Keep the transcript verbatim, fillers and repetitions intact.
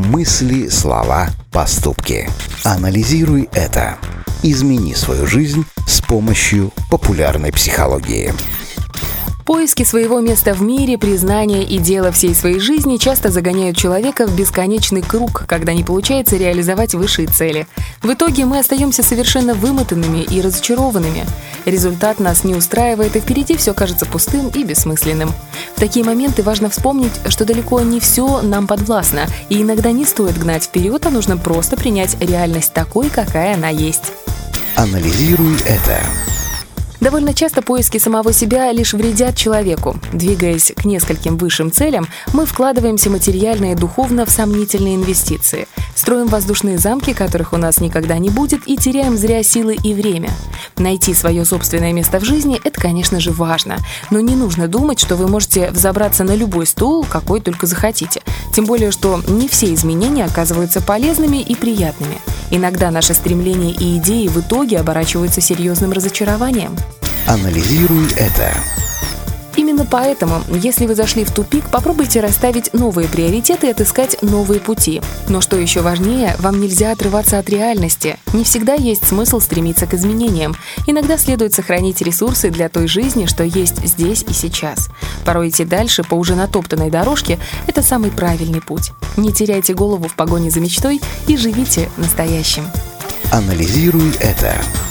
Мысли, слова, поступки. Анализируй это. Измени свою жизнь с помощью популярной психологии. Поиски своего места в мире, признание и дело всей своей жизни часто загоняют человека в бесконечный круг, когда не получается реализовать высшие цели. В итоге мы остаемся совершенно вымотанными и разочарованными. Результат нас не устраивает, и впереди все кажется пустым и бессмысленным. В такие моменты важно вспомнить, что далеко не все нам подвластно, и иногда не стоит гнать вперед, а нужно просто принять реальность такой, какая она есть. Анализируй это. Довольно часто поиски самого себя лишь вредят человеку. Двигаясь к нескольким высшим целям, мы вкладываемся материально и духовно в сомнительные инвестиции. Строим воздушные замки, которых у нас никогда не будет, и теряем зря силы и время. Найти свое собственное место в жизни – это, конечно же, важно. Но не нужно думать, что вы можете взобраться на любой стул, какой только захотите. Тем более, что не все изменения оказываются полезными и приятными. Иногда наши стремления и идеи в итоге оборачиваются серьезным разочарованием. Анализируй это. Именно поэтому, если вы зашли в тупик, попробуйте расставить новые приоритеты и отыскать новые пути. Но что еще важнее, вам нельзя отрываться от реальности. Не всегда есть смысл стремиться к изменениям. Иногда следует сохранить ресурсы для той жизни, что есть здесь и сейчас. Порой идти дальше по уже натоптанной дорожке – это самый правильный путь. Не теряйте голову в погоне за мечтой и живите настоящим. Анализируй это.